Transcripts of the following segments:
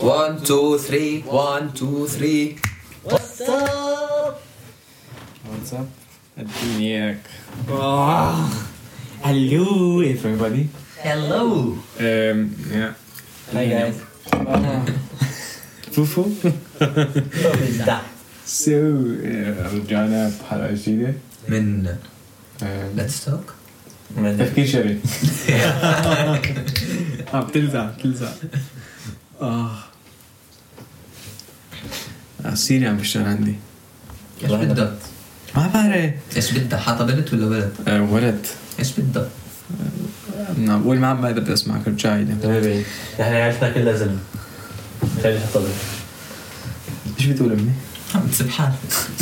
1 2 3 1 2 3 What's up? What's up? الدنياك. Hello everybody. Hello. Yeah. Hi guys. فوفو. Who is that? So رجعنا بحلقة جديدة من Um, Let's Talk. تفكير شري. بتلزع. عصيري عم بشتغل عندي. ايش بدك؟ ما بعرف. ايش بدك؟ حاطة بنت ولا ولد؟ ولد. ايش بدك؟ نعم قول ما بدي اسمعك رجعيلي. حبيبي نحن عيلتنا كلها زلمة. خلي حطها. ايش بتقول امي؟ عم تسب حالك.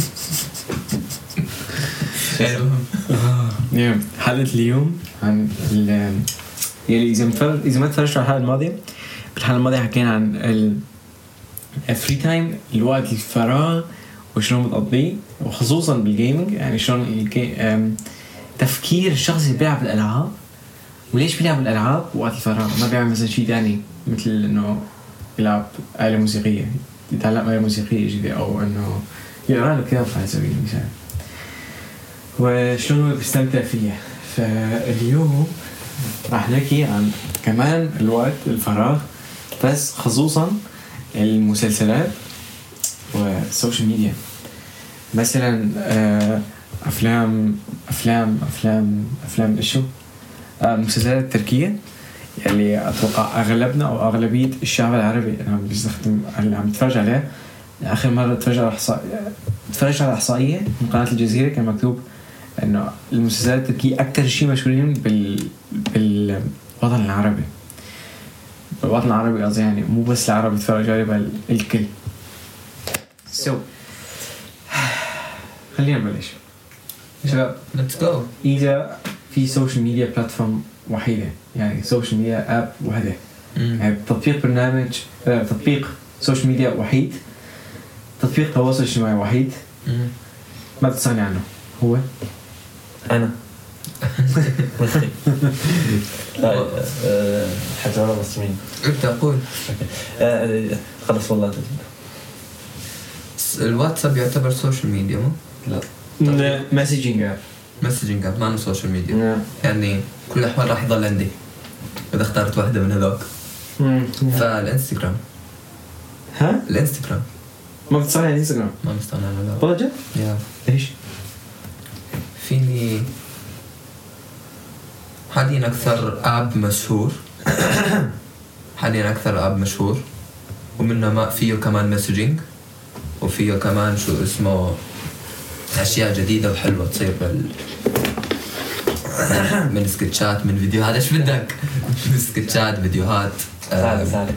المهم حلقة اليوم عن يلي إذا ما تفرجتوا على الحلقة الماضية، بالحلقة الماضية حكينا عن الفري تايم، الوقت الفراغ وشلون بتقضيه، وخصوصا بالجيمنج. يعني شلون تفكير الشخص اللي بيلعب الألعاب وليش بيلعب الألعاب وقت الفراغ، ما بيعمل مثلا شيء تاني مثل إنه يلعب آلة موسيقية، يتعلم آلة موسيقية جديدة، أو إنه يقرأ له كتاب على سبيل المثال، وشلون هو بيستمتع فيها. فاليوم راح نحكي عن كمان الوقت الفراغ، بس خصوصا المسلسلات والسوشيال ميديا. مثلا افلام شو المسلسلات التركية اللي اتوقع اغلبنا او اغلبية الشعب العربي اللي بيستخدم اللي عم يتفرج عليها. اخر مرة تفرجت على احصائية من قناة الجزيرة، كان مكتوب انه المسلسلات التركية اكثر شيء مشهورين بالوطن العربي. بالوطن العربي قصدي، يعني مو بس العرب يتفرجوا عليه بل الكل. خلينا نبلش شباب. Let's go. إذا في سوشيال ميديا بلاتفورم وحيدة، يعني سوشيال ميديا اب وحدة، يعني تطبيق سوشيال ميديا وحيد، تطبيق تواصل اجتماعي وحيد ما بتستغني عنه، هو أنا. لا حجارة مصريين. ابدأ قول. خلص والله. الواتساب يعتبر سوشيال ميديا مو؟ لا. مسجنج اب. مسجنج اب ما سوشيال ميديا. يعني كل الأحوال راح يضل عندي إذا اخترت واحدة من هذوك. فالإنستغرام. ها؟ الإنستغرام ما بتستغني عن الانستغرام؟ ما بستغنى عنه لا. والله جد؟ يا ليش؟ فيني حاليا أكثر آب مشهور ومنه ما فيه كمان مسجنج، وفيه كمان شو اسمه أشياء جديدة وحلوة تصير من سكتشات، من فيديوهات. إيش بدك؟ من سكتشات، فيديوهات. سالي.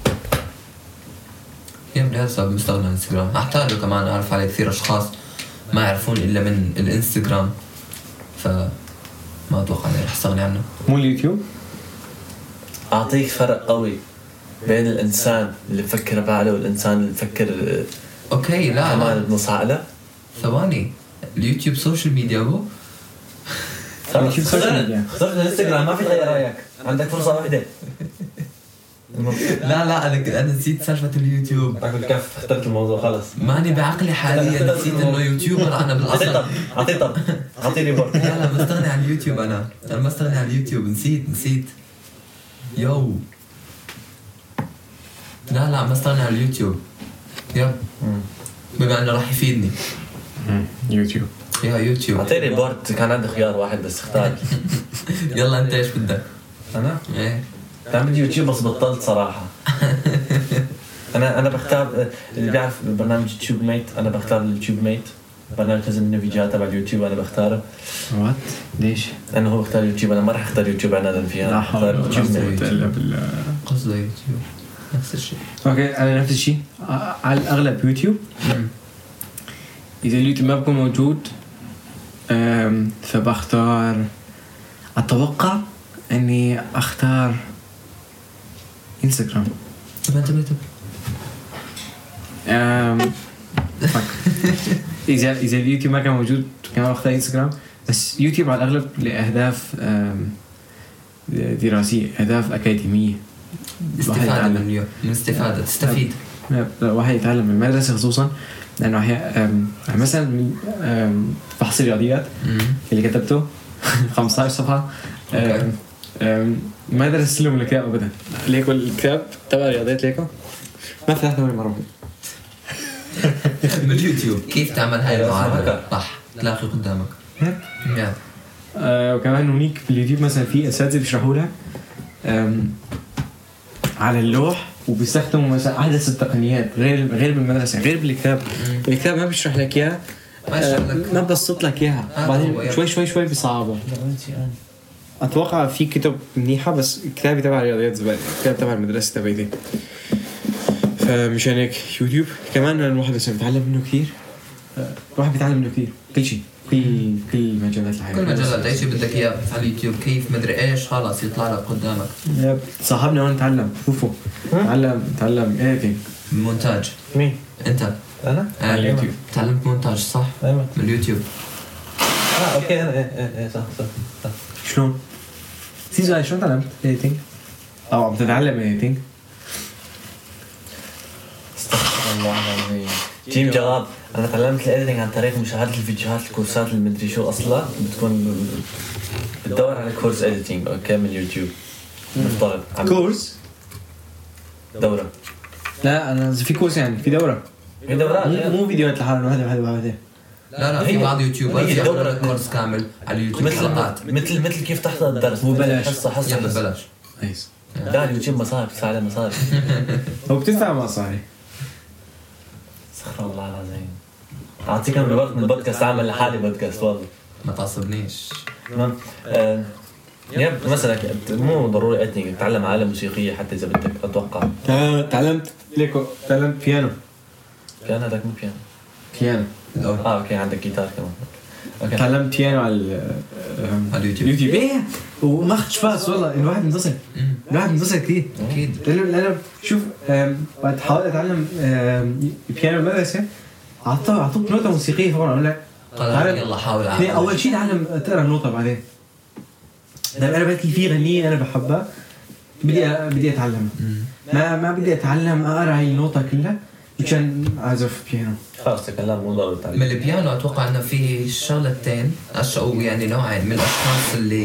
يوم لهذا مستغنى عن الانستغرام. أحتاجه كمان، أعرف عليه كثير أشخاص ما يعرفون إلا من الانستغرام، فما أتوقع أني رح أستغني عنه. مو اليوتيوب؟ أعطيك فرق قوي بين الإنسان اللي بفكر بعقله والإنسان اللي بفكر أوكي لا كمان بنص عقله. ثواني، اليوتيوب سوشيال ميديا هو؟ اليوتيوب سوشيال ميديا. اخترت الانستغرام ما في تغير رأيك، عندك فرصة واحدة. لا أنا نسيت سالفة اليوتيوب. أقول كيف اخترت الموضوع خلص. ماني بعقلي حاليا، نسيت إنه يوتيوبر أنا بالأصل. أعطيني بورد. لا مستغني عن اليوتيوب. أنا مستغني عن اليوتيوب. نسيت يو. لا مستغني عن اليوتيوب. يب بما أنه راح يفيدني. يوتيوب. يا يوتيوب. أعطيني بورد، كان عندي خيار واحد بس اختار. يلا أنت إيش بدك؟ أنا؟ إيه بعمل يوتيوب بس بطلت صراحة. أنا بختار اللي بيعرف برنامج تيوب ميت. أنا بختار التيوب ميت، برنامج تنزل منه فيديوهات تبع اليوتيوب. أنا بختاره. وات؟ ليش؟ لأنه هو اختار يوتيوب، أنا ما راح أختار يوتيوب عنادا فيها. لا حول ولا تيوب قوة ميت. إلا بالله. قصده يوتيوب نفس الشيء. اوكي انا نفس الشيء على الاغلب يوتيوب. اذا اليوتيوب ما بكون موجود فبختار، اتوقع اني اختار انستغرام. طب انت اذا اليوتيوب ما كان موجود كمان بختار انستغرام. بس يوتيوب على الاغلب لاهداف دراسية، أهداف أكاديمية. استفادة من استفادة تستفيد. واحد يتعلم من المدرسة خصوصا لأنه هي مثلا فحص الرياضيات اللي كتبته 15 صفحة ما درست لهم الكتاب أبدا. ليكو الكتاب تبع الرياضيات ليكو ما فتحته ولا مرة من اليوتيوب كيف تعمل هاي المعادلة صح تلاقي قدامك. وكمان هناك في اليوتيوب مثلا في أساتذة بيشرحوا لك على اللوح وبيستخدموا مثلا أحدث التقنيات غير بالمدرسة غير بالكتاب. الكتاب ما بيشرح لك إياها ما ببسط لك إياها بعدين شوي بيصعبها. أتوقع في كتب منيحة بس كتابي تبع الرياضيات زبالة كتاب تبع المدرسة تبعيتي. فمشان هيك يوتيوب كمان الواحد بس بيتعلم منه كثير. الواحد بيتعلم منه كثير كل شيء كل مجالات الحياة كل مجالات أي شيء بدك إياه على اليوتيوب كيف مدري إيش خلاص يطلع لك قدامك. صاحبنا وانا نتعلم فوفو تعلم إيه مونتاج. مين أنت؟ أنا؟ على اليوتيوب تعلمت مونتاج صح؟ أيوة. من اليوتيوب. أوكي أنا إيه صح. شلون؟ سيزو شلون تعلمت إيديتينج؟ أو عم تتعلم إيديتينج؟ استغفر الله العظيم. جيم جواب أنا تعلمت الإيديتينج عن طريق مشاهدة الفيديوهات الكورسات اللي مدري شو أصلا بتكون بتدور على كورس إيديتينج أوكي من اليوتيوب مفترض كورس دورة. لا أنا في كورس يعني في دورة مو فيديوهات لحالهم هذا لا في بعض يوتيوبرز يعملوا كورس كامل على اليوتيوب حلقات مثل كيف تحضر الدرس مو بلاش حصة ببلاش. نايس. لا اليوتيوب مصاري بتدفع عليه مصاري هو بتدفع مصاري. استغفر الله العظيم. أعطيك من الوقت من البودكاست أعمل لحالي بودكاست والله ما تعصبنيش. مثلا مو ضروري أتني تتعلم آلة موسيقية حتى إذا بدك أتوقع. تعلمت ليكو تعلمت بيانو. كان هذاك مو بيانو. أوكي عندك جيتار كمان. أوكي. تعلمت بيانو على اليوتيوب. إيه وما أخذش فاس والله الواحد منتصر. الواحد منتصر كثير. أكيد. لأنه شوف بعد حاولت أتعلم بيانو المدرسة عطوك نوتة موسيقية فورا أقول لك. يلا حاول. أول شيء تعلم تقرأ النوتة بعدين. ده أنا بقول في غنية أنا بحبها بدي أتعلم. ما بدي أتعلم أقرأ هاي النوتة كلها مشان أعزف بيانو. خلاص تكلم مو ضروري تعلم. من البيانو أتوقع إنه في شغلتين أو يعني نوعين من الأشخاص اللي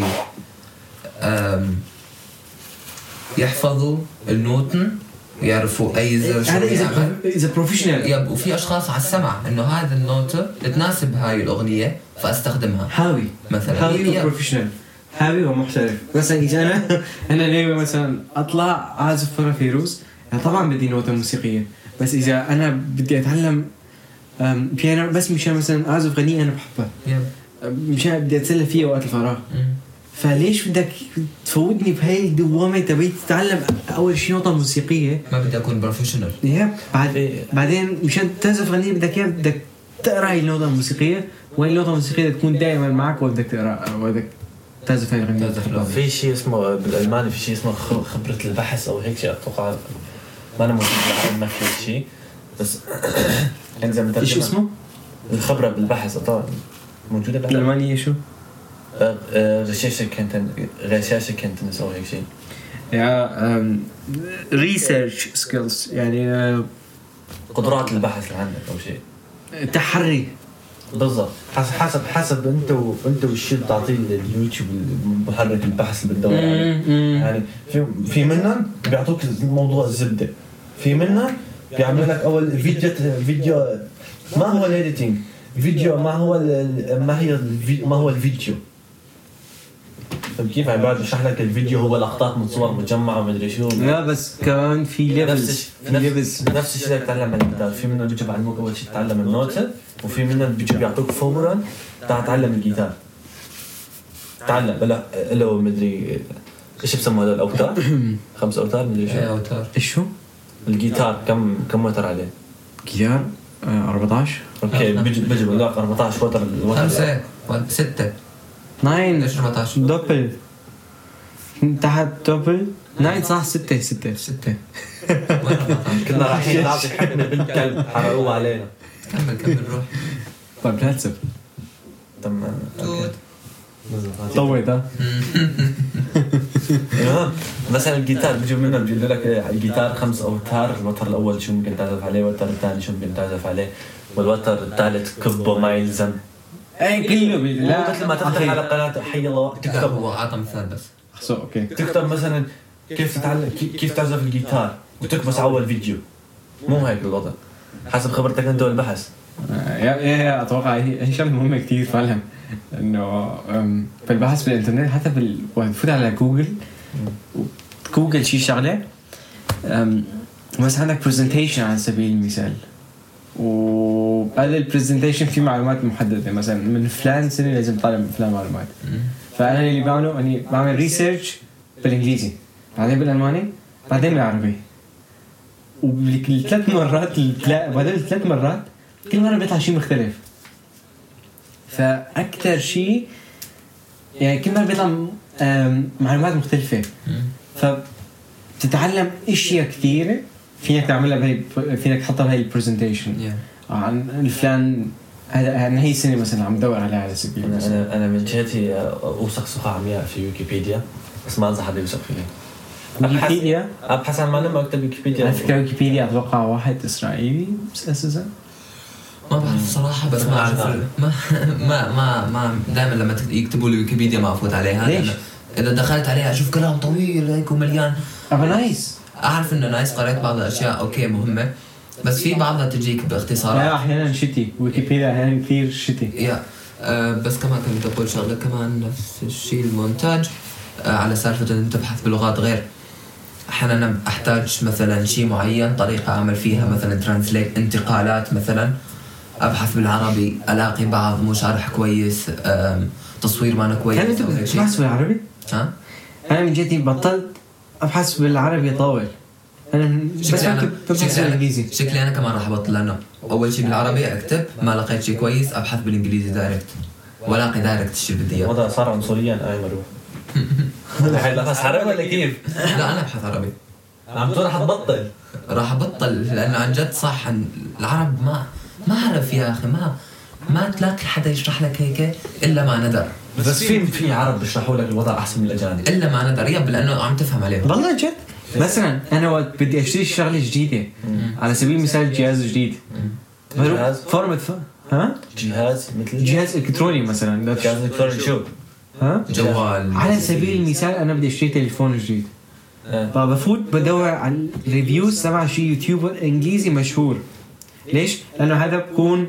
يحفظوا النوتن ويعرفوا أي زر شو بيعمل. إذا بروفيشنال. وفي أشخاص على السمع إنه هذا النوتة تناسب هاي الأغنية فأستخدمها. هاوي مثلا. هاوي بروفيشنال. هاوي ومحترف. مثلا إذا أنا ناوي مثلا أطلع أعزف فرا فيروز طبعا بدي نوتة موسيقية. بس إذا أنا بدي أتعلم بيانو بس مشان مثلا أعزف غنية أنا بحبها مشان بدي أتسلى فيها وقت الفراغ. فليش بدك تفوتني بهاي الدوامة تبي تتعلم أول شيء نوتة موسيقية؟ ما بدي أكون بروفيشنال. بعدين مشان تعزف غنية بدك تقرأ هاي النوتة الموسيقية وهاي النوتة الموسيقية تكون دائما معك وبدك تقرأ وبدك تعزف هاي الغنية. في شيء اسمه بالألماني في شيء اسمه خبرة البحث أو هيك شيء أتوقع ما أنا موجود ما في شيء بس يعني زي ما إيش اسمه؟ الخبرة بالبحث طبعا موجودة بالألمانية شو؟ غشاشة كنتنس أو هيك شيء. يا research skills يعني قدرات البحث اللي عندك أو شيء. تحري. بالضبط حسب أنت والشيء بتعطيه اليوتيوب محرك البحث اللي بتدور عليه. يعني في منهم بيعطوك موضوع الزبدة. في منهم بيعمل لك أول فيديو ما هو الإيديتينج فيديو ما هو الفيديو. طيب كيف عم بعد بشرح لك الفيديو هو لقطات من صور مجمعة وما ادري شو. لا بس كمان في ليفلز نفس الشيء تتعلم من الجيتار. في منهم بيجوا بعلموك اول شيء تتعلم النوتة وفي منهم بيجوا بيعطوك فورا تتعلم الجيتار. تعلم له مدري ايش بسموه هذا الاوتار 5 اوتار مدري شو اوتار ايش هو الجيتار كم موتر عليه جيتار 14 اوكي بيجوا بيقول لك 14 وتر 5 6 9 دوبل تحت دوبل 9 صح 6 كنا رايحين نعطي حكمة بالكلب حرقوه علينا. كمل روح. طيب لا تسب تمام طويت تمام. مثلا الجيتار بيجوا منهم بيقول لك الجيتار 5 أوتار، الوتر الأول شو ممكن تعزف عليه، الوتر الثاني شو ممكن تعزف عليه، والوتر الثالث كبه ما يلزم. اي كله لا مثل ما تفتح على قناة حي الله لا تكتب هو أعطى مثال بس. اوكي تكتب مثلا كيف تتعلم كيف تعزف الجيتار وتكبس على أول فيديو. مو هيك الوضع حسب خبرتك أنت والبحث. يا اتوقع هي شغله مهمه كتير فعلا، انه في البحث بالانترنت حتى تفوت على جوجل شي شغله مثلا عندك برزنتيشن على سبيل المثال، وهذا البرزنتيشن فيه معلومات محدده، مثلا من فلان سنه لازم طالع من فلان معلومات. فانا اللي بعمله اني بعمل ريسيرش بالانجليزي، بعدين بالالماني، بعدين بالعربي، وبكل 3 مرات بعدين 3 مرات كل مرة بيطلع شيء مختلف. فأكثر شيء يعني كل مرة بيطلع معلومات مختلفة، فبتتعلم اشياء كثيرة فينك تعملها فينك تحطها بهاي البرزنتيشن عن الفلان. هذا هي السنة مثلا عم بدور على سبيل المثال. أنا من جهتي أوثق ثقة عمياء في ويكيبيديا، بس ما أنصح حدا يوثق فيها. ويكيبيديا أبحث عن معلومة أكتب ويكيبيديا. على فكرة ويكيبيديا أتوقع واحد إسرائيلي أساسا، ما بعرف صراحة، بس ما أعرف ما دائما لما يكتبوا لي ويكيبيديا ما أفوت عليها. ليش؟ إذا دخلت عليها أشوف كلام طويل هيك ومليان. نايس. أعرف إنه نايس، قرأت بعض الأشياء أوكي مهمة، بس في بعضها تجيك باختصارات. لا أحيانا شتي، ويكيبيديا أحيانا كثير شتي. بس كمان كنت أقول شغلة كمان نفس الشيء المونتاج، على سالفة إن تبحث بلغات غير. أحيانا أحتاج مثلا شيء معين طريقة أعمل فيها، مثلا ترانسليت انتقالات، مثلا أبحث بالعربي ألاقي بعض مو شارح كويس، تصوير ما أنا كويس. هل أنت بتبحث بالعربي؟ أنا من جدي بطلت أبحث بالعربي طاول. أنا بس ببحث بالإنجليزي. شكلي أنا كمان راح أبطل، لأنه أول شيء بالعربي أكتب، ما لقيت شيء كويس أبحث بالإنجليزي دايركت، ولاقي دايركت الشيء بدي إياه. وضع صار عنصريا أي مروح. هاي لغة عربي ولا كيف؟ لا أنا أبحث عربي. عم تقول راح أبطل لأنه عن جد صح العرب ما أعرف يا أخي، ما تلاقي حدا يشرح لك هيك إلا ما ندر. بس في عرب بيشرحوا لك الوضع أحسن من الأجانب إلا ما ندر لأنه عم تفهم عليهم. والله جد. مثلا أنا وقت بدي أشتري شغلة جديدة، على سبيل المثال جهاز جديد، فورمة جهاز مثل جهاز إلكتروني مثلا، جهاز إلكتروني شو؟ جوال. على سبيل المثال أنا بدي أشتري تليفون جديد، فبفوت بدور على الريفيوز تبع شي يوتيوبر إنجليزي مشهور. ليش؟ لأنه هذا بكون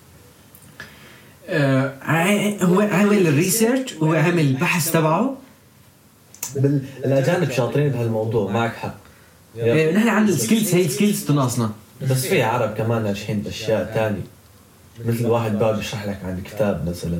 هو عامل الريسيرش، هو عامل البحث تبعه. الأجانب شاطرين بهالموضوع، معك حق. نحن عندنا السكيلز، هي السكيلز تناقصنا. بس في عرب كمان ناجحين بأشياء تانية، مثل واحد باب يشرح لك عن الكتاب مثلا.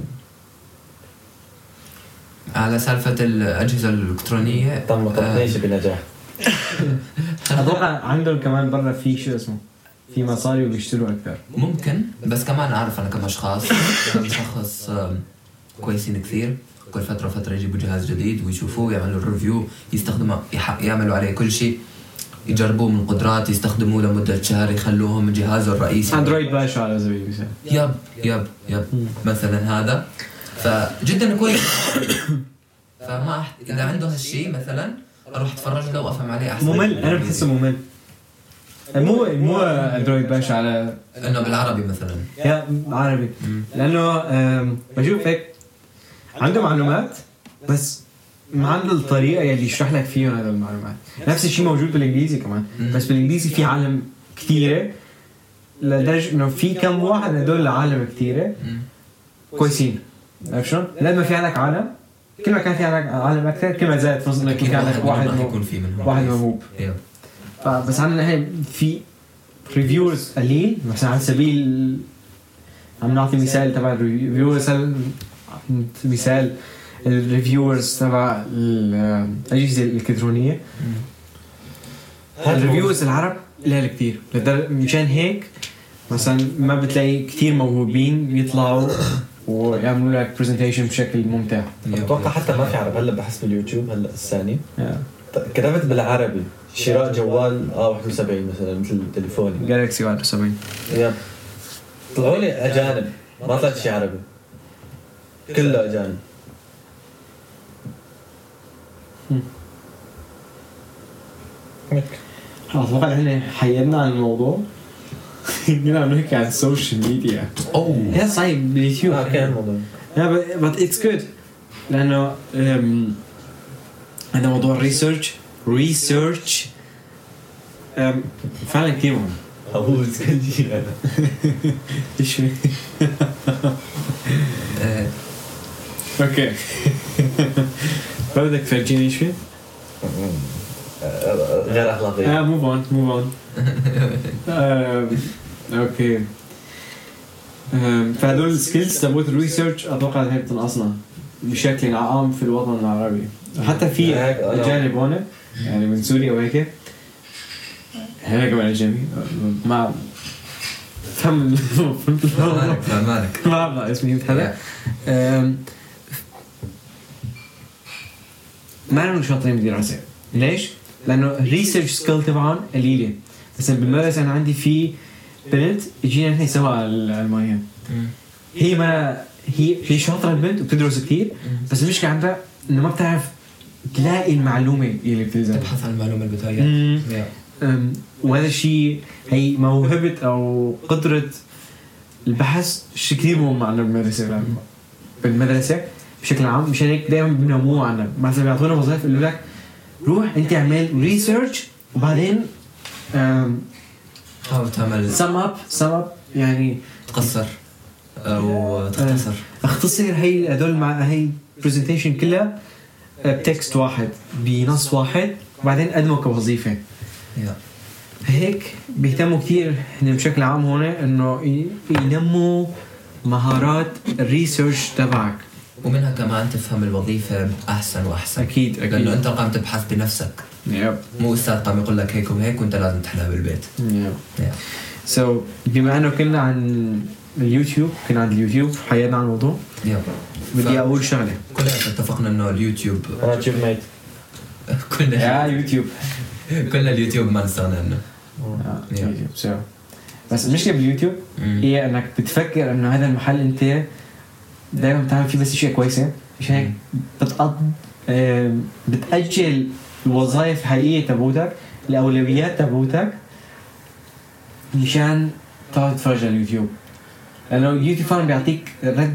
على سالفة الأجهزة الإلكترونية طب ما تطنيش بنجاح. أتوقع عندهم كمان برا في شو اسمه، في مصاري وبيشتروا أكثر ممكن، بس كمان أعرف أنا كم أشخاص شخص كويسين كثير، كل فترة يجيبوا جهاز جديد ويشوفوه، يعملوا الريفيو، يستخدموا يعملوا عليه كل شيء، يجربوه من قدرات، يستخدموه لمدة شهر، يخلوهم من جهازه الرئيسي. أندرويد باشا على سبيل المثال. يب مثلا هذا فجدا كويس. فما إذا عنده هالشيء مثلا أروح أتفرج له وأفهم عليه أحسن. ممل، أنا بحسه ممل. مو أندرويد باشا على إنه بالعربي مثلا. يا عربي، لأنه بشوف هيك عنده معلومات، بس ما عنده الطريقة اللي يشرح لك فيها هذا المعلومات. نفس الشيء موجود بالإنجليزي كمان، بس بالإنجليزي في عالم كثيرة، لدرجة إنه في كم واحد هدول العالم كثيرة كويسين. عارف شلون؟ لما في عندك عالم، كل ما كان في عندك عالم أكثر كل ما زاد فرصة إنك يكون عندك واحد موهوب. بس عندنا هي في ريفيورز قليل. مثلا على سبيل عم نعطي مثال تبع الريفيورز، مثال الريفيورز تبع الأجهزة الإلكترونية، الريفيورز العرب لا كتير، مشان هيك مثلا ما بتلاقي كتير موهوبين يطلعوا ويعملوا لك برزنتيشن بشكل ممتع. أتوقع حتى ما في عرب. هلا بحس باليوتيوب هلا الثاني كتبت بالعربي شراء جوال 71 مثلا مثل تليفوني جالكسي 71، طلعوا لي أجانب، ما طلعت شيء عربي، كله أجانب. أتوقع إحنا حيرنا عن الموضوع. قلنا نحكي عن السوشيال ميديا. يا صحيح باليوتيوب. كان الموضوع. but it's good لأنه هذا موضوع research فعلا كتير مهم. هو سكنجي أنا. إيش في؟ أوكي. بدك تفرجيني إيش في؟ غير أخلاقي. move on. أوكي. فهذول السكيلز تبعت الريسيرش أتوقع هي بتنقصنا بشكل عام في الوطن العربي. حتى في أجانب هون يعني من سوريا وهيك. هنا كمان أجنبي ما فهمت فهمانك ما أعرف اسمي هذا. ما نحن شاطرين بالدراسة. ليش؟ لأنه الريسيرش سكيل تبعهم قليلة. مثلا بالمدرسة أنا عندي في بنت جينا نحن سوا على الألمانيا. هي شاطرة البنت وبتدرس كتير بس المشكلة عندها إنه ما بتعرف تلاقي المعلومة اللي بتلزم. تبحث عن المعلومة اللي بتهيأ. وهذا الشيء هي موهبة أو قدرة البحث شيء كثير مهم عنا بالمدرسة بشكل عام. مشان هيك دائما بنموه عنا. مثلا بيعطونا وظائف يقولوا لك روح أنت اعمل ريسيرش وبعدين حاول تعمل sum up يعني تقصر أو تختصر. اختصر هي هدول مع هي presentation كلها بتكست واحد بنص واحد وبعدين قدمه كوظيفة. هيك بيهتموا كتير هنا بشكل عام هون إنه ينموا مهارات الريسيرش تبعك ومنها كمان تفهم الوظيفة أحسن وأحسن. أكيد لأنه أنت قام تبحث بنفسك. مو أستاذ قام يقول لك هيك وهيك وأنت لازم تحلها بالبيت. So بما أنه كنا عن اليوتيوب حياتنا عن الموضوع. بدي أقول شغلة. كلنا اتفقنا إنه اليوتيوب. أنا جيب ميت. كلنا يوتيوب. كلنا اليوتيوب ما نستغنى عنه. يوتيوب. بس المشكلة باليوتيوب هي أنك بتفكر إنه هذا المحل أنت دائما بتعمل فيه بس شيء كويسة مشان هيك بتأجل الوظائف الحقيقية تبعتك الأولويات تبعتك مشان تقعد تتفرج على اليوتيوب. لأنه اليوتيوب فعلا بيعطيك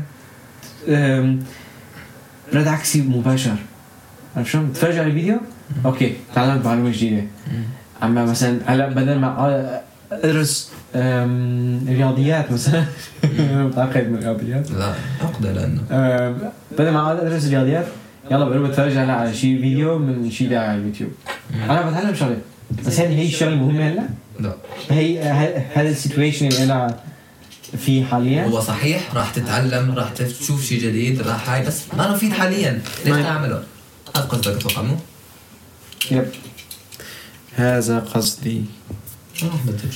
رد عكسي مباشر. عارف شلون بتتفرج على الفيديو أوكي تعلمت معلومة جديدة. أما مثلا هلا بدل ما أدرس رياضيات مثلا متعقد من الرياضيات لا عقدة لأنه بدل ما أدرس رياضيات يلا بقول بتفرج على شيء فيديو من شيء ده على اليوتيوب. أنا بتعلم شغلة بس هي الشغلة المهمة هلا. لا هي هذا السيتويشن اللي أنا فيه حاليا. هو صحيح راح تتعلم راح تشوف شيء جديد راح هاي بس ما نفيد حاليا ليش تعمله؟ هذا قصدك أتوقع مو؟ يب هذا قصدي. راح بتج.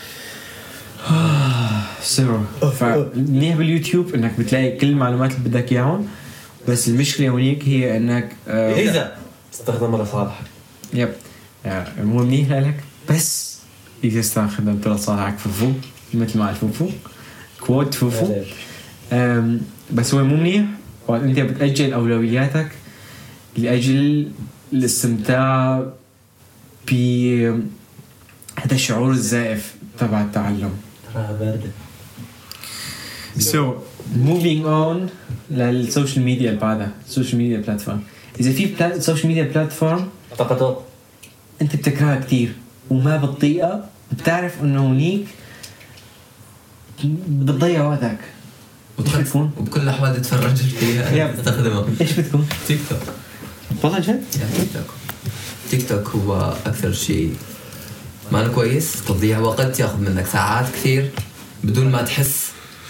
منيح باليوتيوب انك بتلاقي كل المعلومات اللي بدك اياهم بس المشكله هونيك هي انك اذا تستخدمها لصالحك. يب مو منيح لك بس اذا استخدمت لصالحك فوفو مثل ما فوفو كوت فوفو. بس هو مو منيح وانت بتأجل اولوياتك لاجل الاستمتاع بهذا الشعور الزائف تبع التعلم. باردة. So moving on للسوشيال ميديا اللي بعدها السوشيال ميديا بلاتفورم. إذا في سوشيال ميديا بلاتفورم أنت بتكرهها كتير وما بتطيقها بتعرف إنه هنيك بتضيع وقتك. وتكون وبكل الأحوال تتفرج فيها تستخدمها. إيش بتكون؟ تيك توك. والله جد؟ تيك توك هو أكثر شيء ما كويس. تضيع وقت ياخذ منك ساعات كثير بدون ما تحس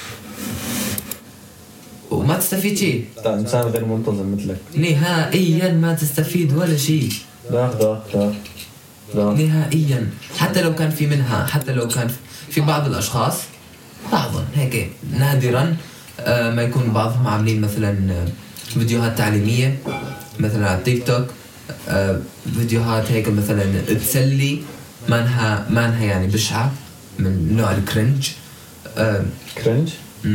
وما تستفيد شيء. إنسان غير منتظم مثلك نهائيا ما تستفيد ولا شيء. لا نهائيا. حتى لو كان في منها حتى لو كان في بعض الأشخاص بعضهم هيك نادرا ما يكون بعضهم عاملين مثلا فيديوهات تعليمية مثلا على التيك توك. فيديوهات هيك مثلا تسلي ما انها يعني بشعة من نوع الكرنج. كرنج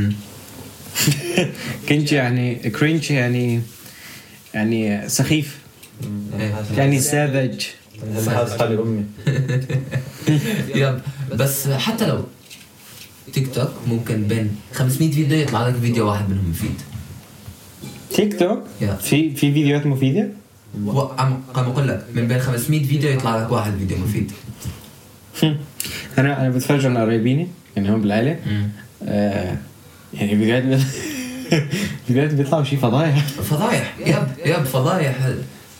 كرنج يعني كرنج يعني سخيف يعني سافج أنا حاسس حالي أمي. يب بس حتى لو تيك توك ممكن بين 500 فيديو يطلع لك فيديو واحد منهم مفيد. تيك توك في فيديوهات مفيدة. قام أقول لك من بين 500 فيديو يطلع لك واحد فيديو مفيد. أنا بتفرج على قرايبيني يعني هم بالعائلة. يعني فيديوهات بيطلعوا شيء فضايح. يب فضايح.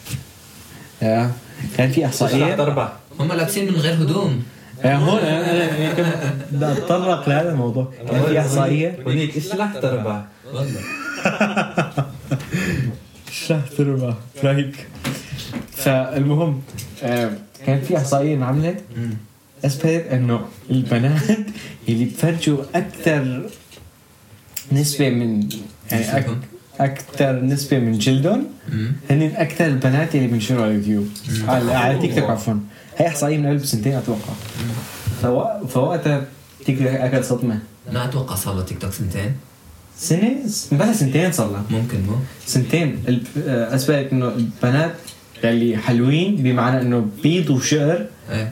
كان في إحصائية هم لابسين من غير هدوم. هون أنا بدي أتطرق لهذا الموضوع. كان في إحصائية ونيك إيش رح تربع والله. إيش رح تربع رايك. فالمهم كان في إحصائية انعملت أثبتت إنه البنات اللي بفرجوا أكثر نسبة من يعني أكثر نسبة من جلدهم هن أكثر البنات اللي بينشروا على اليوتيوب على تيك توك عفوا. هي إحصائية من قبل سنتين أتوقع. فوقتها تيك توك أكل صدمة. أنا أتوقع صار له تيك توك سنة بس سنتين صار له ممكن سنتين. أثبتت إنه البنات اللي حلوين بمعنى إنه بيض وشعر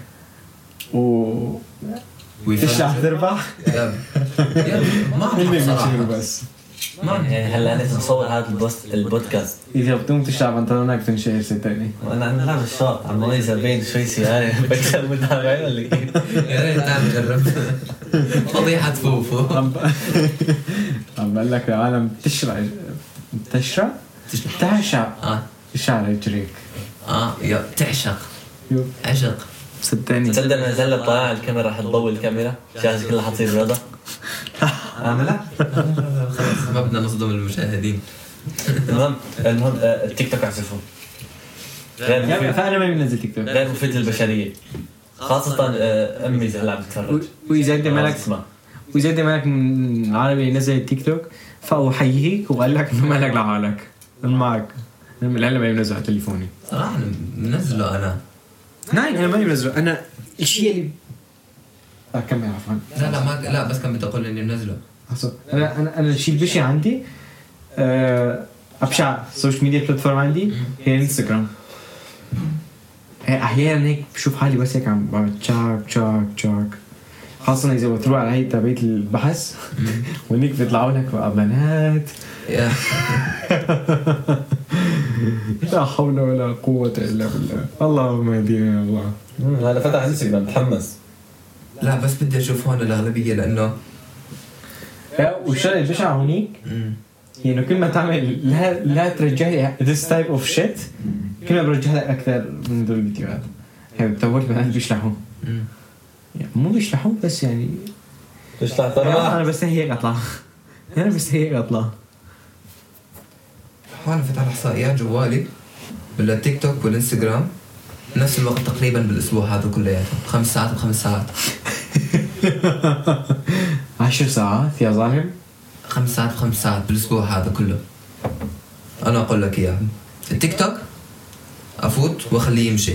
وتشلح تربح ما عم صراحة بس يعني هلا أنا نصور هذا البودكاست إذا بتقوم تشلح بنطلونك تنشهر صدقني. أنا لا بالشاط عم بقولي زبين شوي سيارة بكسر متابعين ولا كيف؟ يا ريت تعال جرب فضيحة فوفو. عم بقول لك العالم تعشق شعر رجليك. يا تعشق عشق صدقني. تصدق نزل طالع الكاميرا رح تضوي الكاميرا جاهز كلها حتصير رضا. لا خلاص ما بدنا نصدم المشاهدين. المهم التيك توك عزفه فأنا ما بنزل تيك توك غير مفيد للبشرية خاصة أمي هلا عم تتفرج. وإذا أنت مالك من العربي ينزل تيك توك فأحييك وقال لك إنه مالك لحالك معك. أنا هلا ما بنزل على تليفوني صراحة منزله أنا. نعم أنا ما بنزله. أنا الشيء اللي كمل عفوا. لا بس كان بدي أقول إني منزله. أنا الشيء البشع عندي أبشع سوشيال ميديا بلاتفورم عندي هي انستغرام. أحيانا هيك بشوف حالي بس هيك عم بعمل تشاك خاصة إذا بتروح على هاي تابعية البحث وإنك بيطلعوا لك بقى بنات. لا حول ولا قوة إلا بالله. اللهم اهدينا يا الله. هذا فتح انستغرام متحمس. لا بس بدي أشوف هون الأغلبية لأنه والشغلة البشعة هونيك يعني كل ما تعمل لا ترجع لي this type of shit كل ما برجع لك أكثر من دول الفيديوهات. يعني بتطور بنات بيشلحوا يعني مو بيشلحوا بس يعني بيشلح طبعا. أنا بس هيك أطلع حاول فتح إحصائيات جوالي بالتيك توك والإنستغرام نفس الوقت تقريبا بالأسبوع هذا كلياته 5 ساعات ب5 ساعات 10 ساعات يا ظالم. 5 ساعات ب5 ساعات بالأسبوع هذا كله. أنا أقول لك إياه التيك توك أفوت وأخليه يمشي.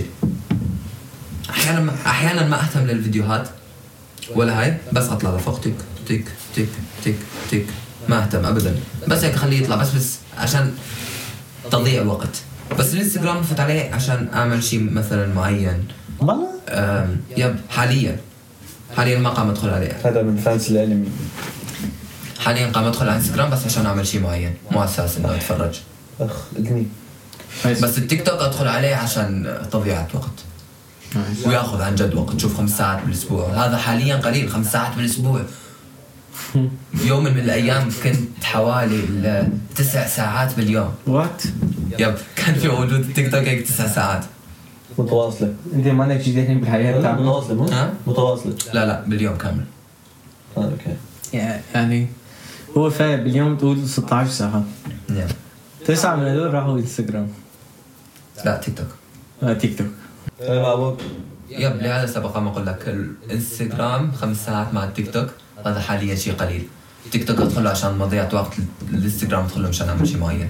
أحيانا ما أهتم للفيديوهات ولا هاي بس أطلع لفوق تيك تيك تيك تيك تيك ما أهتم أبدا بس هيك خليه يطلع بس عشان تضيع وقت. بس الانستغرام فت عليه عشان أعمل شيء مثلا معين. والله يب حاليا ما قام أدخل عليه. هذا من فانس الانمي. حاليا قام أدخل على انستغرام بس عشان أعمل شيء معين مو أساس إنه أتفرج. إذني بس التيك توك أدخل عليه عشان تضيعة وقت ويأخذ عن جد وقت. شوف 5 ساعات بالأسبوع هذا حاليا قليل. 5 ساعات بالأسبوع يوم من الأيام كنت حوالي 9 ساعات باليوم. وات يب كان في وجود التيك توك هيك 9 ساعات متواصلة. أنت ما عندك شيء ثاني بالحياة لا متواصلة مو متواصلة. لا باليوم كامل. أوكي يعني هو فاهم باليوم تقول 16 ساعة. نعم 9 من هذول راحوا انستغرام. لا تيك توك. تيك توك. يب لهذا سبق ما أقول لك الانستغرام 5 ساعات مع التيك توك هذا حاليا شيء قليل. التيك توك أدخله عشان مضيعة وقت. الانستغرام أدخله مشان أعمل شيء معين.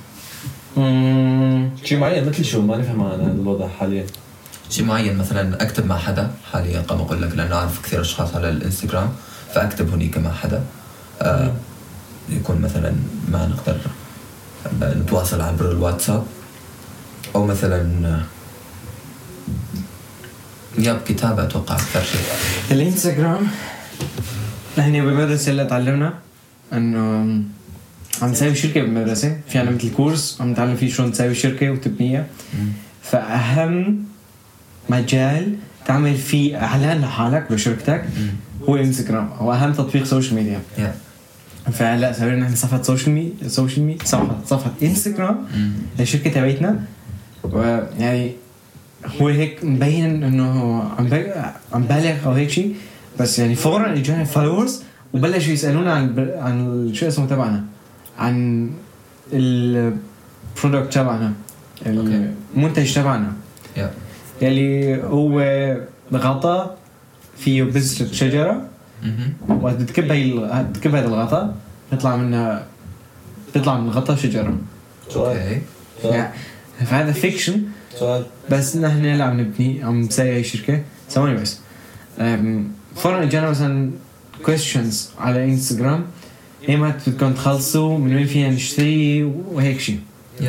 شيء معين مثل شو ما نفهم عن هذا الوضع حاليا. شيء معين مثلا أكتب مع حدا حاليا قام أقول لك لأنه أعرف كثير أشخاص على الانستغرام فأكتب هنيك مع حدا يكون مثلا ما نقدر نتواصل عبر الواتساب أو مثلا ياب كتابة أتوقع أكثر شيء. الانستغرام احنا بالمدرسة اللي تعلمنا انه عم نسوي شركة بالمدرسة، في عنا مثل كورس عم نتعلم فيه شلون تسوي شركة وتبنيها. فأهم مجال تعمل فيه إعلان لحالك لشركتك هو الانستغرام، هو أهم تطبيق سوشيال ميديا. فهلا سوينا نحن صفحة سوشيال ميديا صفحة انستغرام للشركة تبعتنا، ويعني هو هيك مبين انه عم بالغ او هيك شيء، بس يعني فورا اجانا فولورز وبلشوا يسالونا عن شو اسمه تبعنا، عن البرودكت تبعنا، المنتج تبعنا يلي هو غطاء فيه بذرة شجرة، وتكب هذا الغطاء بيطلع من الغطاء شجرة. يعني فهذا فيكشن، بس نحن اللي عم نبني، عم نسوي هاي الشركة. ثواني بس، فورا اجانا مثلا questions على انستغرام، ايمت بدكم تخلصوا، من وين فينا نشتري وهيك شيء.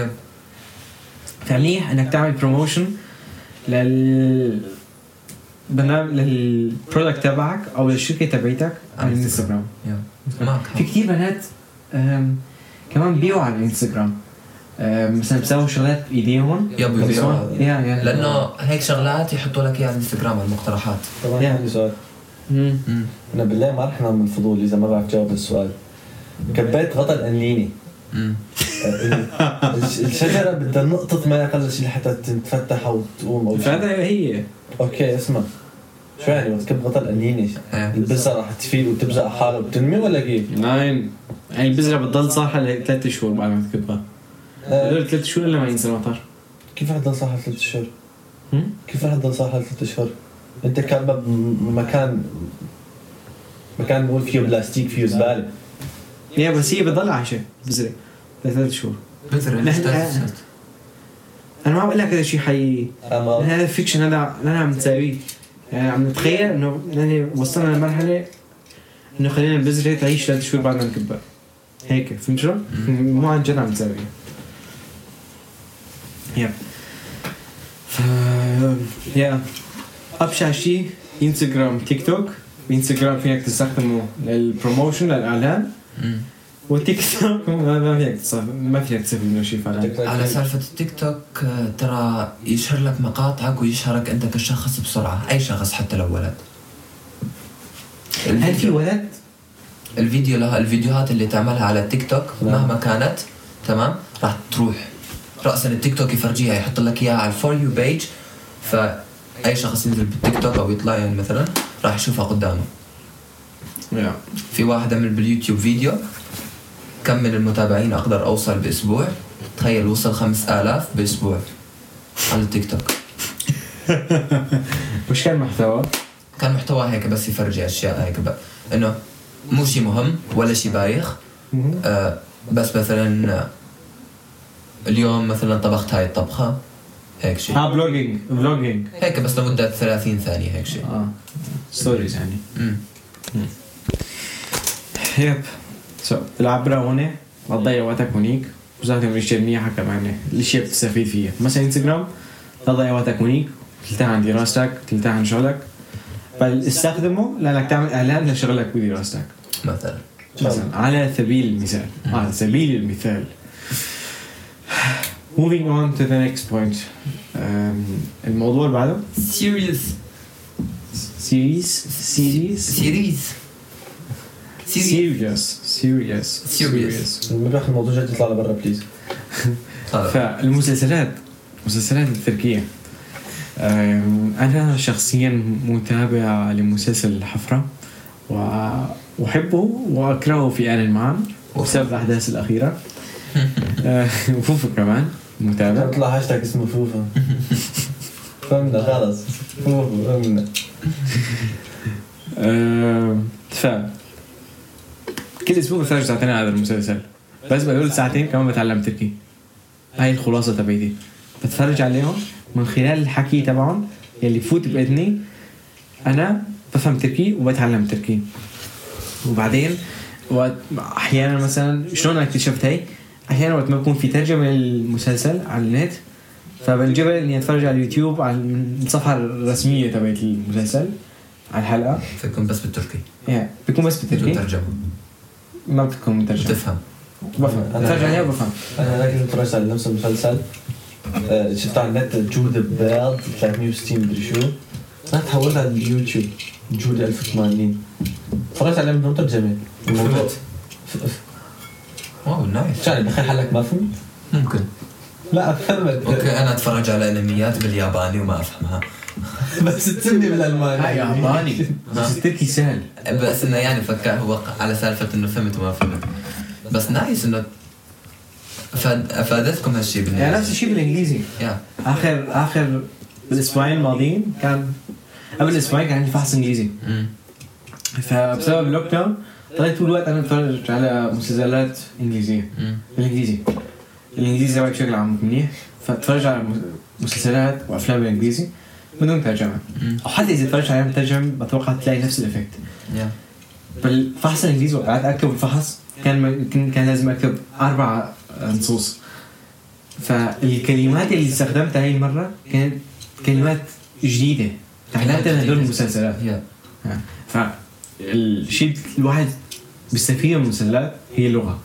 فمنيح انك تعمل بروموشن للبرودكت تبعك او للشركة تبعتك على الانستغرام. في كتير بنات كمان بيعوا على الانستغرام، مثلا بسووا شغلات بايديهم لانه هيك شغلات يحطوا لك اياها على الانستغرام على المقترحات. طبعا عندي سؤال. انا بالله ما رح نعمل من الفضول اذا ما بعرف جاوب السؤال. كبيت غطا الانيني، الشجره بدها نقطه ما اقل شيء لحتى تتفتح وتقوم او شيء. فهذا هي اوكي اسمع، شو يعني وتكب غطا الانيني؟ البذره راح تفيد وتبزق حالها وتنمي ولا كيف؟ ناين، يعني البذره بتضل صاحه ل3 شهور بعد ما تكبها. 3 شهور الا ما ينزل مطر. كيف رح تضل صاحه 3 شهور؟ كيف رح تضل صاحه 3 شهور؟ انت كاتبه مكان نقول فيه بلاستيك فيه زباله. يا بس هي بتضل عايشه بذره ل3 شهور. بذره انا ما بقول لك هذا شيء حقيقي، هذا فيكشن، هذا انا عم نسويه. يعني عم نتخيل انه يعني وصلنا لمرحله انه خلينا البذره تعيش 3 شهور بعد ما نكبها هيك، فهمت شو؟ مو عن جد عم نسويه. يا أبشع شيء إنستغرام، تيك توك. إنستغرام فيك تستخدمه للبروموشن، للإعلان، وتيك توك ما فيك تسوي منه شيء فعلا. على سالفة التيك توك، ترى يشهر لك مقاطعك ويشهرك أنت كشخص بسرعة، أي شخص حتى لو ولد. هل في ولد؟ الفيديوهات اللي تعملها على التيك توك مهما كانت تمام راح تروح رأسا التيك توك يفرجيها، يحط لك إياها على الفور يو بيج، فأي شخص ينزل بالتيك توك أو يطلع يعني مثلا راح يشوفها قدامه. في واحد عمل باليوتيوب فيديو كم من المتابعين أقدر أوصل بأسبوع، تخيل وصل 5000 بأسبوع على التيك توك. وش كان محتوى؟ كان محتوى هيك بس يفرجي أشياء هيك إنه مو شيء مهم ولا شيء بايخ، بس مثلا اليوم مثلا طبخت هاي الطبخة هيك شيء. بلوجينج هيك بس لمدة 30 ثانية هيك شيء. ستوريز يعني. يب العبرة هون لا تضيع وقتك هونيك، وزاك من الاشياء منيحة كمان الاشياء بتستفيد فيها. مثلا انستغرام لا تضيع وقتك هونيك، تلتاح عن دراستك، تلتاح عن شغلك، بل استخدمه لأنك تعمل إعلان لشغلك ودراستك مثلا على سبيل المثال. Moving on to the next point. الموضوع اللي بعده serious. المبلغ الموضوع جاي يطلع لبرا بليز. فالمسلسلات التركية، أنا شخصيا متابع لمسلسل الحفرة وأحبه وأكرهه في آن معا بسبب الأحداث الأخيرة. وفوفو كمان متابع. اطلع هاشتاج اسمه فوفو. فهمنا خلاص فوفو فهمنا. كل أسبوع بتفرج ساعتين على هذا المسلسل، بس بقول ساعتين كمان بتعلم تركي. هاي الخلاصة تبعتي، بتفرج عليهم من خلال الحكي تبعهم يلي فوت بإذني. أنا بفهم تركي وبتعلم تركي. وبعدين أحيانا مثلا شلون اكتشفت هاي، أحيانا وقت ما بكون في ترجمة للمسلسل على النت فبنجبر اني اتفرج على اليوتيوب على الصفحه الرسميه تبعت المسلسل على الحلقه. فيكون بس بالتركي. بيكون بس بالتركي. ترجمه. ما بتكون مترجمه. تفهم. بفهم. اتفرج عليها وبفهم. انا لكن اتفرجت على نفس المسلسل شفت على النت جودة بيض 360 مدري شو. انا تحولت على اليوتيوب جودة 1080 اتفرجت عليه من ترجمة. فهمت. واو نايس. يعني بخير حالك ما فهمت؟ ممكن. لا فهمت. اوكي انا اتفرج على انميات بالياباني وما افهمها. بس تسمي بالالماني. ياباني. بس التركي سهل. بس انه يعني فكر هو على سالفة انه فهمت وما فهمت. بس نايس انه افادتكم هالشيء بالنسبة. يعني نفس الشيء بالانجليزي. اخر الاسبوعين الماضيين كان قبل الاسبوعين كان عندي فحص انجليزي. فبسبب اللوك داون طلعت طول الوقت انا اتفرج على مسلسلات انجليزيه الانجليزي تبعي بشكل عام منيح. فاتفرج على مسلسلات وافلام بالانجليزي بدون ترجمه او حتى اذا اتفرجت عليها مترجم بتوقع تلاقي نفس الافكت. بالفحص الانجليزي وقعدت اكتب الفحص كان لازم اكتب 4 نصوص. فالكلمات اللي استخدمتها هاي المره كانت كلمات جديده تعلمتها من هدول المسلسلات. فالشيء الواحد بيستفيد من المسلسلات هي اللغة،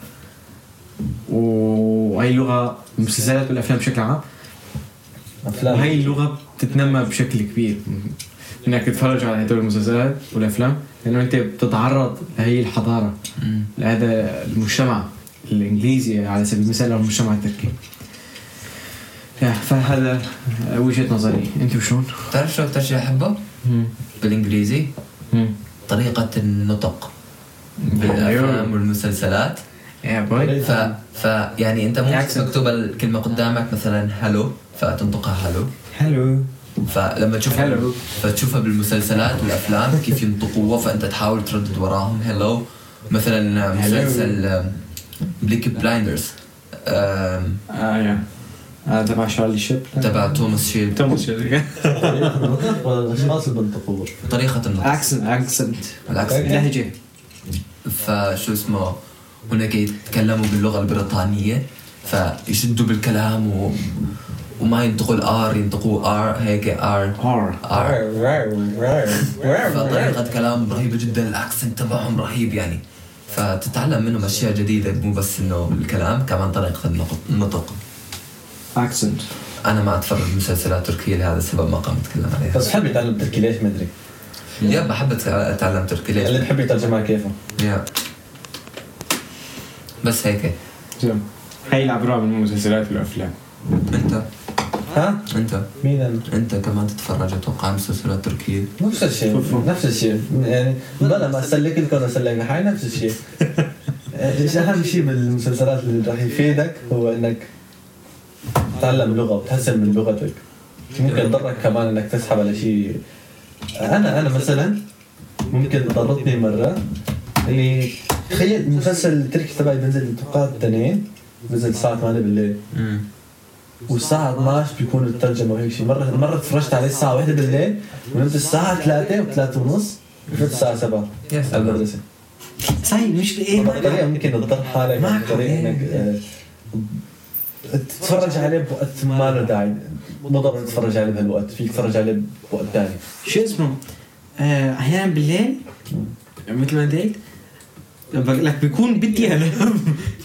وهي اللغة المسلسلات والأفلام بشكل عام. وهي اللغة بتتنمى بشكل كبير إنك تتفرج على هدول المسلسلات والأفلام لأنه أنت بتتعرض لهي الحضارة لهذا المجتمع الإنجليزي على سبيل المثال أو المجتمع التركي. فهذا وجهة نظري. أنت وشون؟ تعرف شو أكتر شيء أحبه بالإنجليزي؟ طريقة النطق بالأفلام والمسلسلات. يعني أنت مو مكتوب الكلمة قدامك مثلا هلو فتنطقها هلو. فلما تشوفها بالمسلسلات والأفلام كيف ينطقوها فأنت تحاول تردد وراهم هلو. مثلا مسلسل بليكي بلايندرز تبع شارلي شيب تبع توماس شيلد الأشخاص اللي بنطقوه طريقة النطق أكسنت لهجة. فشو اسمه هناك يتكلموا باللغة البريطانية فيشدوا بالكلام وما ينطقوا الآر ينطقوا آر هيك آر فطريقة كلام رهيبة جدا. الأكسنت تبعهم رهيب يعني فتتعلم منهم أشياء جديدة مو بس إنه الكلام كمان طريقة النطق. أكسنت. أنا ما أتفرج مسلسلات تركية لهذا السبب ما قام أتكلم عليها. بس حابب أتعلم تركي ليش ما أدري. بحب أتعلم تركي ليش. اللي بحب يترجمها كيفه. بس هيك. هاي العبارة من المسلسلات والأفلام. أنت. أنت. مين أنا؟ أنت كمان تتفرج أتوقع مسلسلات تركية. نفس الشيء يعني بدل ما أسلك الكون أسلك هاي نفس الشيء. إيش أهم شيء بالمسلسلات اللي راح يفيدك هو إنك تتعلم لغة وتحسن من لغتك. ممكن يضرك كمان إنك تسحب على شيء. أنا مثلا ممكن ضرتني مرة إني تخيل مسلسل التركي تبعي بنزل توقعات 2 بنزل الساعة 8 بالليل والساعة 12 بيكون الترجمة وهيك شيء. مرة تفرجت عليه الساعة 1 بالليل ونمت الساعة 3 و3 ونص وفت الساعة 7 على المدرسة. صحيح مش بإيه بطريقة ممكن تضر حالك بطريقة إنك تتفرج عليه بوقت ما له داعي. مو ضروري تتفرج عليه بهالوقت فيك تتفرج عليه بوقت ثاني. شو اسمه أحيانا بالليل مثل ما قلت لك بيكون بدي أنام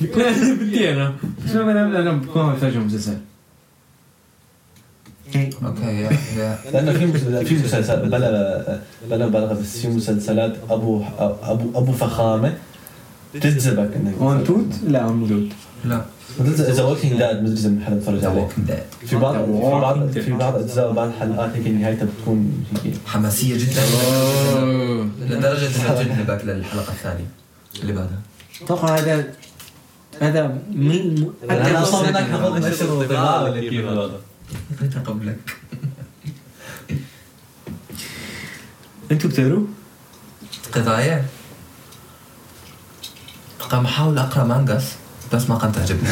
شو أنا بكون أتفرج مسلسل. اوكي لانه في مسلسلات بلا بلغ بس في مسلسلات ابو فخامه تجذبك انك اون توت لا مودود لا اذا ووكينج ديد مدري اذا حدا تفرج عليه. في بعض اجزاء بعض الحلقات هيك نهايتها بتكون هيك حماسيه جدا لدرجه انها تجذبك للحلقه الثانيه اللي بعدها. اتوقع هذا من انا اصلا انك حفظت نشر الطباعه ولا كيف هذا قريتها قبلك. انتوا بتقروا قضايا؟ قام احاول اقرا مانجاس بس ما قام تعجبني.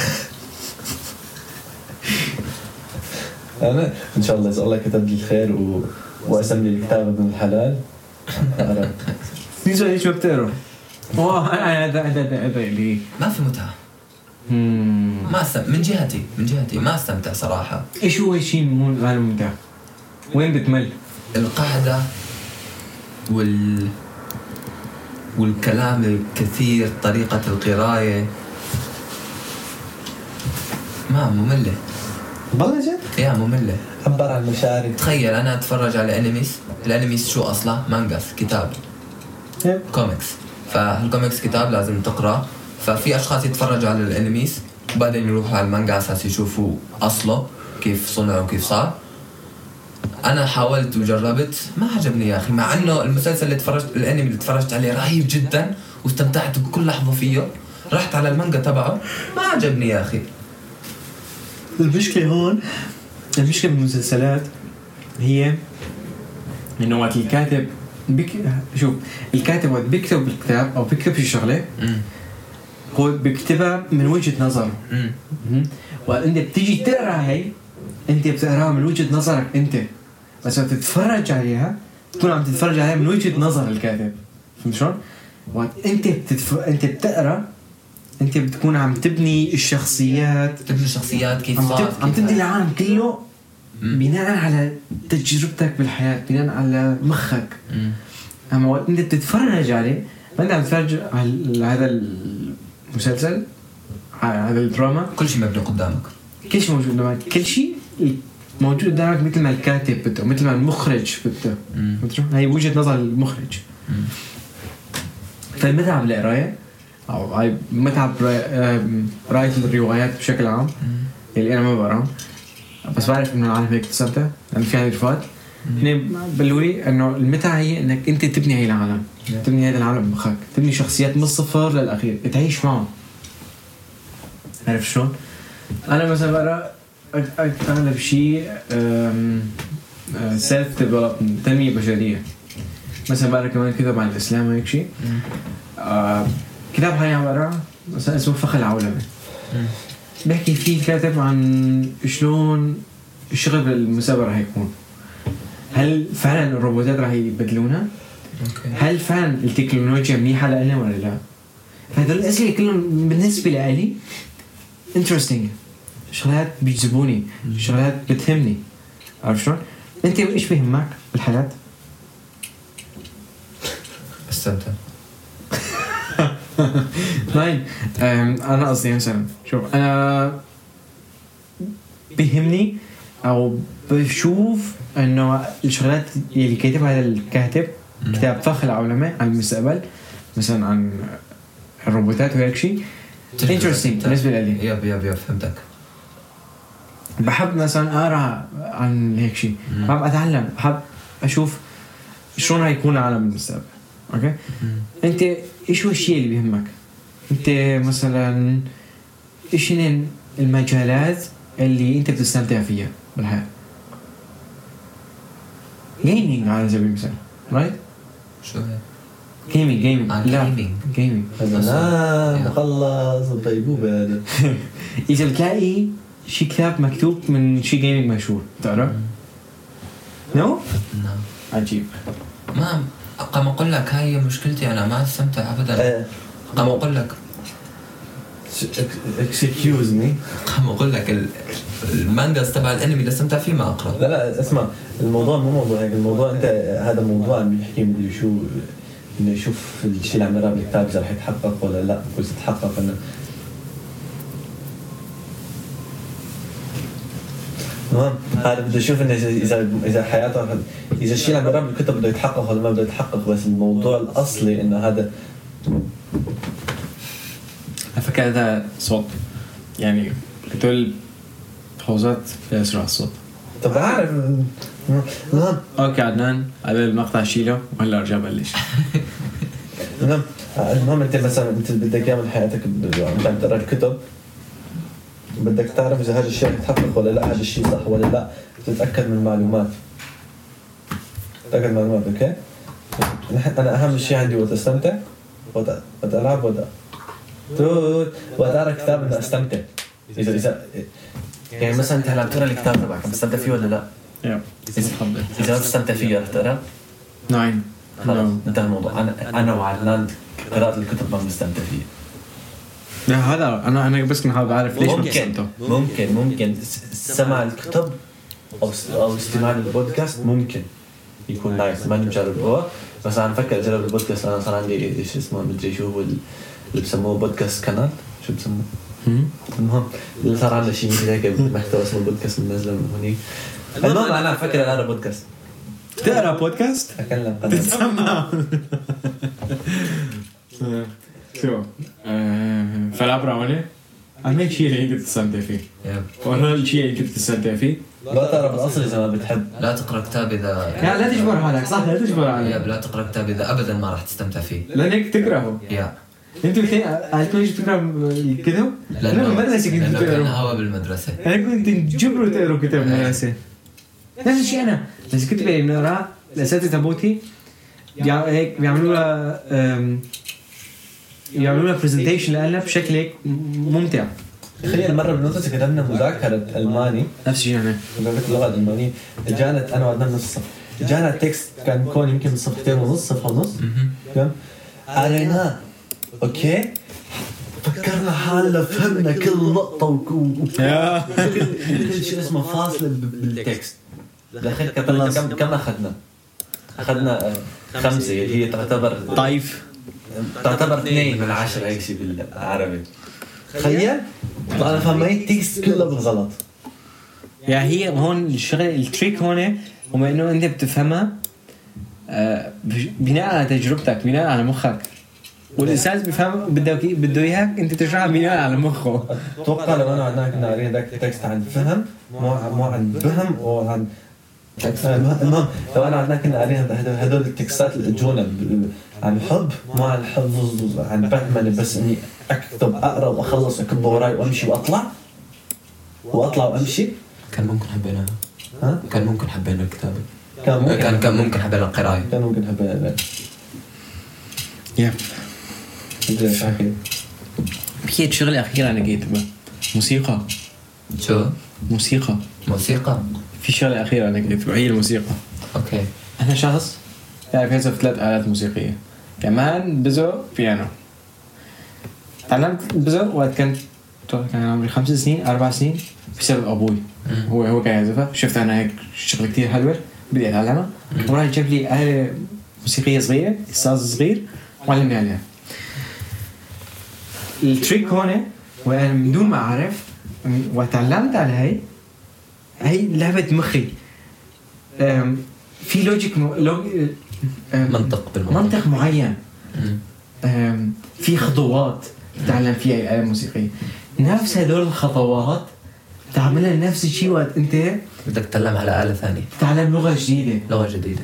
انا ان شاء الله اذا الله كتب لي الخير واسمي الكتاب ابن الحلال اقرا. في شو بتقروا؟ هذا اللي ما في متعه ما من جهتي ما استمتع صراحة. ايش هو الشيء مو غير ممتع؟ وين بتمل؟ القعدة والكلام الكثير، طريقة القراية ما مملة. والله جد؟ يا مملة. عبر عن مشاعري. تخيل أنا أتفرج على الأنيميس شو أصلا؟ مانجاس، كتاب كوميكس. فالكوميكس كتاب لازم تقرأ. ففي أشخاص يتفرجوا على الأنيميس وبعدين يروحوا على المانجا أساس يشوفوا أصله كيف صنع وكيف صار. أنا حاولت وجربت ما عجبني يا أخي، مع إنه المسلسل الأنمي اللي تفرجت عليه رهيب جدا واستمتعت بكل لحظة فيه، رحت على المانجا تبعه ما عجبني يا أخي. المشكلة بالمسلسلات هي إنه وقت الكاتب شوف الكاتب وقت بيكتب الكتاب أو بيكتب في شغلة هو بيكتبها من وجهة نظر. وأنت بتيجي تقرأ هاي أنت بتقرأها من وجهة نظرك أنت، بس وقت تتفرج عليها تكون عم تتفرج عليها من وجهة نظر الكاتب. فهمت شلون؟ وقت أنت بتقرأ أنت بتكون عم تبني الشخصيات كيف صار، عم تبني العالم كله بناء على تجربتك بالحياة، بناء على مخك. أما وقت أنت بتتفرج عليه ما أنت عم تتفرج على هذا المسلسل، هذا الدراما، كل شيء مبني قدامك، كل شيء موجود قدامك، كل شيء موجود قدامك مثل ما الكاتب بده، مثل ما المخرج بده. هاي وجهة نظر المخرج. فالمتعب بالقراية أو هاي متعب قراية الروايات بشكل عام اللي أنا ما بقرأ، بس بعرف إنه العالم هيك تستمتع لأن في هاي رفات. هني بقولي إنه المتعة هي إنك أنت تبني هاي العالم، تبني هذا العالم بمخك، تبني شخصيات من الصفر للأخير، تعيش معهم. عارف شلون؟ أنا مثلا بقرأ أغلب شيء self development، تنمية بشرية. مثلا بقرأ كمان كتاب عن الإسلام وهيك شيء. كتاب هاي عم بقرأ مثلا اسمه فخ العولمة، بحكي فيه الكاتب عن شلون الشغل بالمستقبل راح يكون. هل فعلا الروبوتات راح يبدلونها؟ هل فعلا التكنولوجيا منيحة لنا ولا لا؟ هذول الأسئلة كلهم بالنسبة لي interesting، شغلات بيجذبوني، شغلات بتهمني. عارف شلون؟ أنت إيش بيهمك بالحياة؟ استمتع. ناين. أنا قصدي مثلا شوف، أنا بيهمني أو بشوف إنه الشغلات اللي كاتبها هذا الكاتب، كتاب فخ العولمة عن المستقبل مثلا عن الروبوتات وهيك شيء interesting بالنسبة لي. يب فهمتك. بحب مثلا أقرأ عن هيك شيء، بحب أتعلم، بحب أشوف شلون هيكون العالم بالمستقبل. أوكي. أنت إيش هو الشيء اللي بيهمك؟ أنت مثلا إيش هن المجالات اللي أنت بتستمتع فيها بالحياة؟ gaming على سبيل المثال، right؟ شو هي؟ gaming لا gaming هذا مخلص الطيبوبة هذا. إذا بتلاقي شي كتاب مكتوب من شي gaming مشهور تعرف؟ نعم عجيب. ما قام أقول لك هاي مشكلتي، أنا ما استمتع أبدا. قام أقول لك excuse me، قام أقول لك المانجاز تبع الأنمي اللي استمتع فيه ما أقرأ. لا اسمع، الموضوع مو موضوع هيك، الموضوع أنت هذا موضوع عم يحكي مدري شو، إنه يشوف الشيء اللي عم يقرأ بالكتاب إذا رح يتحقق ولا لا. بس يتحقق إنه هذا بده يشوف إنه إذا حياته إذا الشيء اللي عم يقرأ بالكتاب بده يتحقق ولا ما بده يتحقق. بس الموضوع الأصلي إنه هذا فكر هذا صوت يعني كتول بوزات بيسرع الصوت. طب عارف اوكي عدنان هذا المقطع شيله وهلا ارجع بلش. المهم انت مثلا انت بدك اياه من حياتك، انت عم تقرا الكتب بدك تعرف اذا هذا الشيء يتحقق ولا لا، هذا الشيء صح ولا لا، تتاكد من المعلومات. اوكي. انا اهم شيء عندي وقت استمتع، وقت العب، وقت اقرا كتاب بدي استمتع. اذا يعني مثلا انت هلا بتقرا الكتاب تبعك بتستمتع فيه ولا لا؟ اذا ما بتستمتع فيه رح تقرا؟ نعم خلاص انتهى الموضوع. انا وعدنان قراءة الكتب ما بنستمتع فيه. لا هذا انا بس كنت حابب اعرف ليش ما بتسمعته. ممكن سماع الكتب او استماع للبودكاست ممكن يكون نايس. ما نجربه بس انا بفكر اجرب البودكاست. انا صار عندي ايش اسمه مدري شو هو اللي بسموه بودكاست كانال شو بسموه. المهم اللي صار عندنا شيء مثل هيك محتوى اسمه بودكاست منزله من هونيك. المهم انا بفكر اقرا بودكاست. تقرا بودكاست اتكلم تسمع شو فالعبر عمله عمل شيء اللي انت تستمتع فيه ولا الشيء اللي كنت تستمتع فيه. لا تقرا بالاصل اذا ما بتحب. لا تقرا كتاب اذا لا تجبر حالك صح. لا تجبر حالك. لا تقرا كتاب اذا ابدا ما راح تستمتع فيه لانك تكرهه. انتوا الاثنين قالتوا ليش بتقرا الكتب؟ لانه بالمدرسه كنت كان هوا بالمدرسه. انا كنت تجبروا تقروا كتاب بالمدرسه. نفس الشيء انا بس كنت بنقرا الاساتذه تبعتي هيك بيعملوا لنا برزنتيشن لنا بشكل هيك ممتع. تخيل مرة بالمدرسة كتبنا مذاكرة ألماني نفس الشيء يعني مذاكرة اللغة الألمانية. جانا أنا وعدنا نص صف. جانا تكست كان يكون يمكن صفحتين ونص صفحة ونص. قريناه أوكي فكرنا حالنا فهمنا كل نقطة وكل شيء اسمه فاصلة بالتكست. دخل كتبنا كم أخذنا 5 هي تعتبر طيف تعتبر 2 من 10 هيك شيء بالعربي. تخيل أنا فهمت تكست كله بالغلط. يعني هي هون الشغل التريك هون هو إنه أنت بتفهمها بناء على تجربتك بناء على مخك والأستاذ بيفهم بده إياك أنت تشرحها بناء على مخه. أتوقع لو أنا عندنا كنا قارين ذاك التكست عن فهم مو عن فهم أو عن المهم لو أنا عندنا كنا قارين هدول التكستات اللي اجونا عن حب مو عن حفظ عن فهم بس إني أكتب أقرأ وأخلص أكب وراي وأمشي وأطلع وأمشي. كان ممكن حبينا كان ممكن حبينا الكتابة. كان ممكن حبينا القراءة. كان ممكن حبينا في شغلة أخيرة أنا جيت موسيقى. شو؟ موسيقى في شغلة أخيرة أنا جيت هي الموسيقى. أوكي. أنا شخص يعرف يعزف 3 آلات موسيقية كمان بزو بيانو. تعلمت بزو وقت كان عمري 5 سنين 4 سنين بسبب أبوي. هو كان يعزفها. شفت أنا هيك شغلة كتير حلوة بدي أتعلمها وراح جاب لي آلة موسيقية صغيرة إستاذ صغير وعلمني عليها. التريك هون وأنا من دون ما أعرف وتعلمت على هاي لعبة مخي. في لوجيك منطق معين. في خطوات تتعلم فيها الآلة الموسيقية. نفس هدول الخطوات تعملها نفس الشيء وقت أنت بدك تتعلم على آلة ثانية. تتعلم لغة جديدة.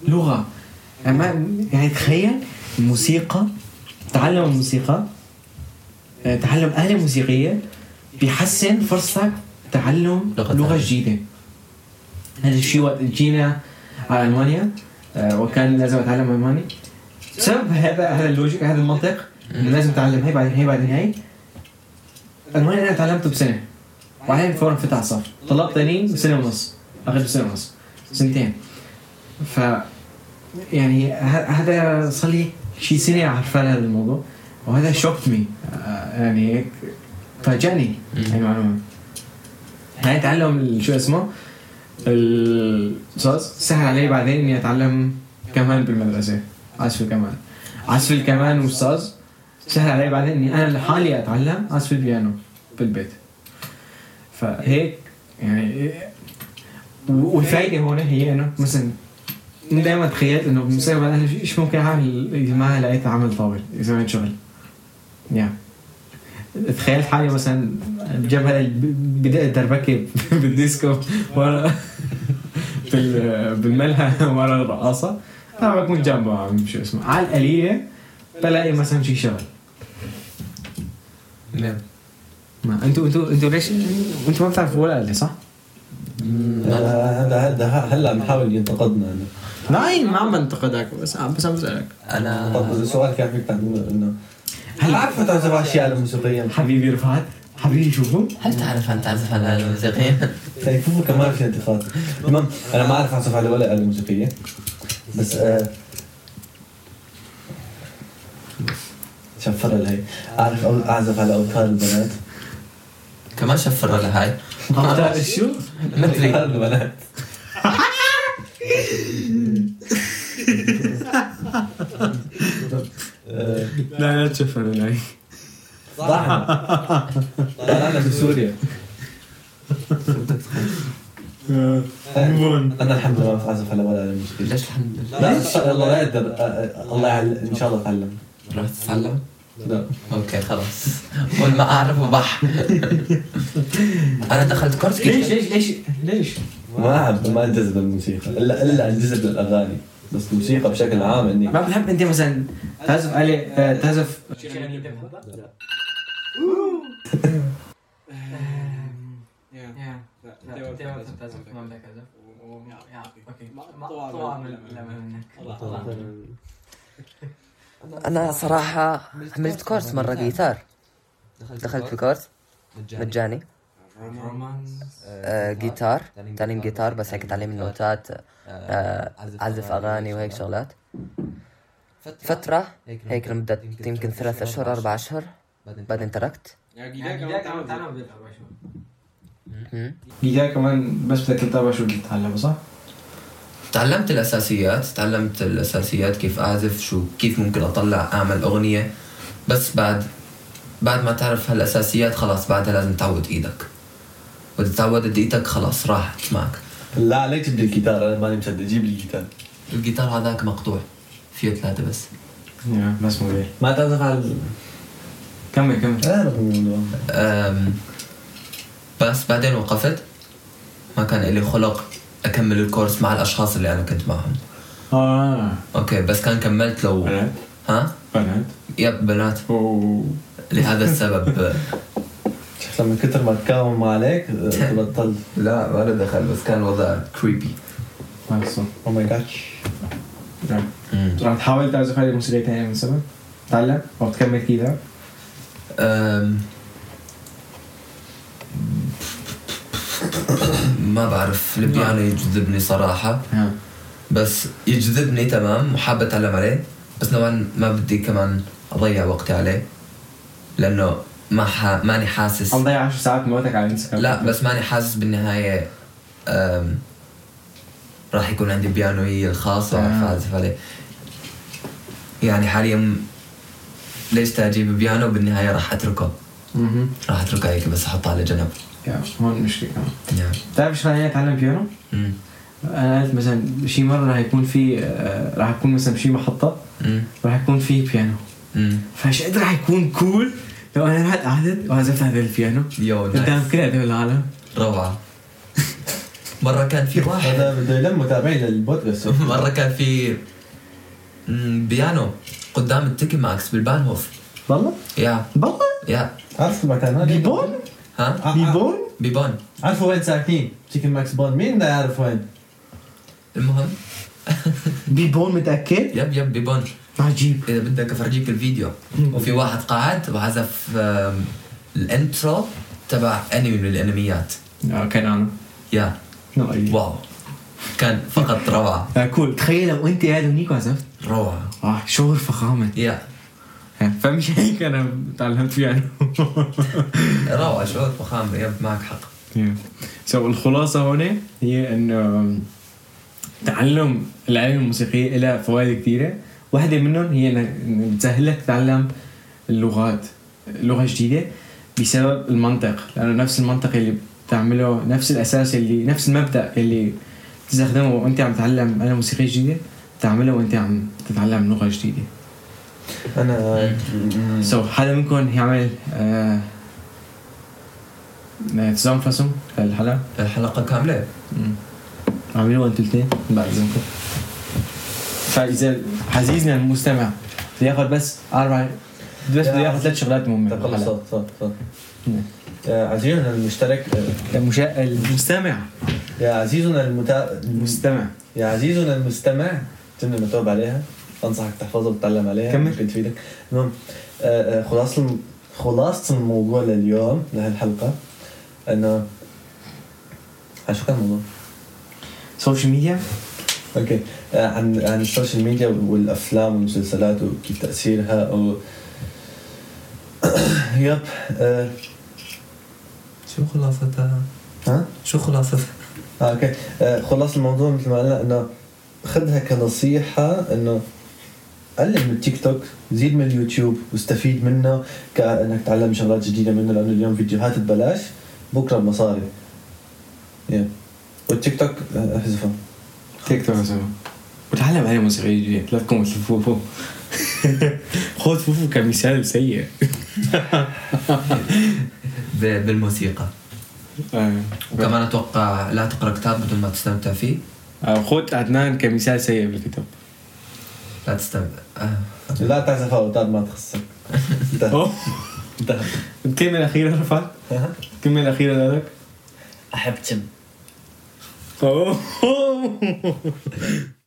يعني تخيل الموسيقى تعلم الموسيقى تعلم آلة موسيقية بيحسن فرصتك تعلم لغة جديدة. هذا الشيء وقت جينا على ألمانيا وكان لازم أتعلم ألماني بسبب هذا اللوجيك هذا المنطق لازم أتعلم هاي بعدين هاي. ألمانيا أنا تعلمته بسنة وبعدين فورا فتح الصف. طلاب تانيين سنة ونص أخذ سنة ونص 2 سنين. يعني هذا صار لي شيء سنة عارفة هذا الموضوع وهذا شوكت مي يعني هيك فاجأني هاي المعلومة. هاي تعلم شو اسمه الأستاذ سهل علي بعدين إني أتعلم كمان بالمدرسة عزف الكمان والأستاذ سهل علي بعدين إني أنا لحالي أتعلم عزف البيانو بالبيت. فهيك يعني والفائدة هون هي إنه مثلا دائما تخيلت إنه بالمستقبل أنا إيش ممكن أعمل إذا ما لقيت عمل طاول إذا ما شغل تخيلت حالي مثلا بجبهة بدأ دربكة بالديسكو ورا بالملهى ورا الرقاصة أنا بكون جنبها شو اسمه على القليلة بلاقي مثلا شيء شغل. نعم. ما أنتوا ليش أنتوا ما بتعرفوا ولا اللي صح؟ هذا هلا بنحاول ينتقدنا لا ما عم بنتقدك بس عم بسألك. أنا طب السؤال كان فيك تعمل إنه هل عارفة تعزف أشياء موسيقية؟ حبيبي رفعت حبيبي شوفوا هل تعرف أن تعزف على الآلة الموسيقية؟ شايفوه كمان في انتقاد. المهم أنا ما أعرف أعزف على ولا آلة موسيقية بس شفر لهي. أعرف أعزف على أوتار البنات. كمان شفر لهاي. أوتار شو؟ أوتار البنات. لا تشفر لهي. صح. أنا في سوريا. أنا الحمد لله ما أعزف على ولا موسيقى. ليش الحمد لله؟ لا إن شاء الله لا أقدر. الله إن شاء الله أتعلم. راح تتعلم؟ لا. اوكي خلاص. قول ما اعرف وبح. انا دخلت كورس ليش؟ ما انجذب الموسيقى الا انجذب للاغاني، بس الموسيقى بشكل عام اني ما بتحب انت مثلا تعزف عليه تعزف انا صراحه عملت كورس مره جيتار. دخلت في كورس مجاني جيتار، تعليم جيتار، بس هيك تعليم النوتات، اعزف اغاني وهيك شغلات. فتره هيك لمده يمكن 3 أشهر 4 أشهر، بعدين تركت. جيتار كمان بس بدك تتابع شو تتعلم صح؟ تعلمت الأساسيات كيف أعزف، كيف ممكن أطلع أعمل أغنية. بس بعد ما تعرف هالأساسيات خلاص بعدها لازم تعود إيدك، وإذا تعودت إيدك خلاص راحت معك. لا عليك تجيب لي الجيتار، أنا ماني مصدق. جيب لي الجيتار هذاك مقطوع فيه 3 بس. بس مو ما تعزف على كمل بس بعدين وقفت، ما كان لي خلق أكمل الكورس مع الأشخاص اللي أنا كنت معهم. أوكي بس كان كملت لو بنات. ها؟ بنات. يب بنات. لهذا السبب. شفت من كتر ما تكاوم ما عليك بطلت. لا ما له دخل، بس كان وضع كريبي. أو ماي جاتش. راح تحاول تعزف على موسيقى تانية من سبب تعلم أو تكمل كذا؟ ما بعرف، البيانو يجذبني صراحة. بس يجذبني تمام وحابة أتعلم عليه، بس نوعا ما بدي كمان أضيع وقتي عليه، لأنه ماني حاسس. أضيع 10 ساعات موتك على انستغرام. لا بس ماني حاسس بالنهاية راح يكون عندي بيانوي الخاص وأعرف أعزف عليه. يعني حاليا ليش تجيب بيانو بالنهاية راح أتركه هيك بس أحطه على جنب. هون مشكلة كمان. تعرف شو خليني أتعلم بيانو؟ أنا قلت مثلا شي مرة راح يكون في راح يكون مثلا شي محطة راح يكون في بيانو. فايش قد راح يكون كول لو أنا رحت قعدت وعزفت هذا البيانو قدام كل هذول العالم. روعة. مرة كان في واحد هذا بده يلم متابعين للبودكاست. مرة كان في بيانو قدام التيكي ماكس بالبانهوف. والله؟ يا عارف المكان هذا؟ بيبون؟ ها؟ بيبون. عارفوا وين ساكنين؟ تيكي ماكس بون، مين دا يعرف وين؟ المهم بيبون متأكد؟ يب بيبون. عجيب. إذا بدك أفرجيك الفيديو. وفي واحد قاعد وعزف الانترو تبع أنمي من الأنميات. كان أنا. يا واو كان فقط روعة. كول. تخيل لو أنت قاعد هنيك وعزفت. روعة. شعور فخامة. يا فمش هيك أنا تعلمت فيه يعني. روعة شعور فخامة. يب معك حق. الخلاصة هنا هي إنه تعلم العلم الموسيقية إلى فوائد كثيرة. واحدة منهم هي إن تسهل لك تعلم اللغة جديدة بسبب المنطق، لأنه نفس المنطق اللي بتعمله، نفس الأساس اللي نفس المبدأ اللي تستخدمه وأنت عم تتعلم علم موسيقية جديدة تعمله وأنت عم تتعلم لغة جديدة. أنا حدا منكم يعمل تزامفسم الحلقة كاملة. عملوا أنتلتين بعد ذنكم. فإذا عزيزنا المستمع بياخد بس 4 بس بده ياخد 3 شغلات مهمة. صوت عزيزنا المشترك المستمع. يا عزيزنا المستمع. يا عزيزنا المستمع جملة متعوب عليها، أنصحك تحفظها وتتعلم عليها ممكن تفيدك. المهم خلاصة الموضوع لليوم لهالحلقة إنه شو كان الموضوع؟ سوشيال ميديا. اوكي عن السوشيال ميديا والافلام والمسلسلات وكيف تاثيرها يب. شو خلاصتها؟ ها شو خلاصتها؟ اوكي. خلاص الموضوع مثل ما قلنا انه خذها كنصيحة انه قلل من التيك توك، زيد من اليوتيوب واستفيد منه كأنك تعلم شغلات جديدة منه، لأنه اليوم فيديوهات ببلاش بكرة بمصاري. والتيك توك احذفه. تيك توك اسمه وتعلم عليه موسيقى جديدة. لا تكون مثل فوفو. خذ فوفو كمثال سيء. بالموسيقى. وكمان أتوقع لا تقرأ كتاب بدون ما تستمتع فيه. خذ عدنان كمثال سيء بالكتاب. لا تستمتع. لا تعزف أوتار ما تخصك. الكلمة الأخيرة رفعت. الكلمة الأخيرة لك. أحب تم.